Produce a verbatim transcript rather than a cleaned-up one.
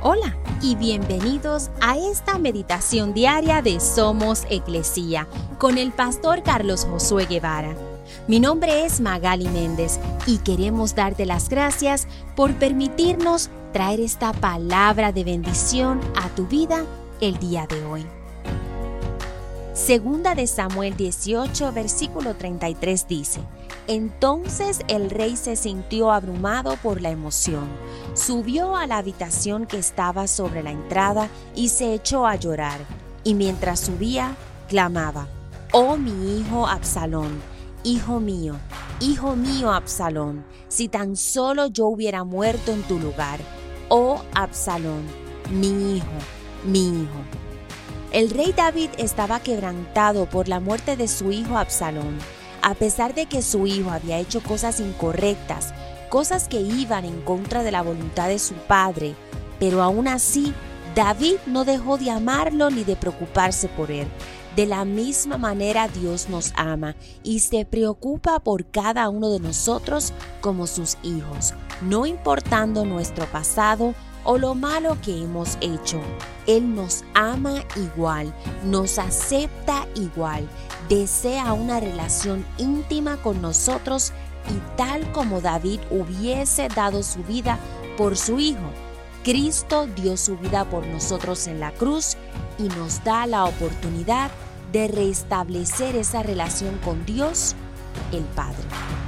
Hola y bienvenidos a esta meditación diaria de Somos Iglesia con el pastor Carlos Josué Guevara. Mi nombre es Magali Méndez y queremos darte las gracias por permitirnos traer esta palabra de bendición a tu vida el día de hoy. Segunda de Samuel dieciocho, versículo treinta y tres dice: Entonces el rey se sintió abrumado por la emoción, subió a la habitación que estaba sobre la entrada y se echó a llorar, y mientras subía, clamaba: «Oh mi hijo Absalón, hijo mío, hijo mío Absalón, si tan solo yo hubiera muerto en tu lugar, oh Absalón, mi hijo, mi hijo». El rey David estaba quebrantado por la muerte de su hijo Absalón. A pesar de que su hijo había hecho cosas incorrectas, cosas que iban en contra de la voluntad de su padre, pero aún así, David no dejó de amarlo ni de preocuparse por él. De la misma manera Dios nos ama y se preocupa por cada uno de nosotros como sus hijos, no importando nuestro pasado o lo malo que hemos hecho. Él nos ama igual, nos acepta igual, desea una relación íntima con nosotros y tal como David hubiese dado su vida por su hijo, Cristo dio su vida por nosotros en la cruz y nos da la oportunidad de restablecer esa relación con Dios, el Padre.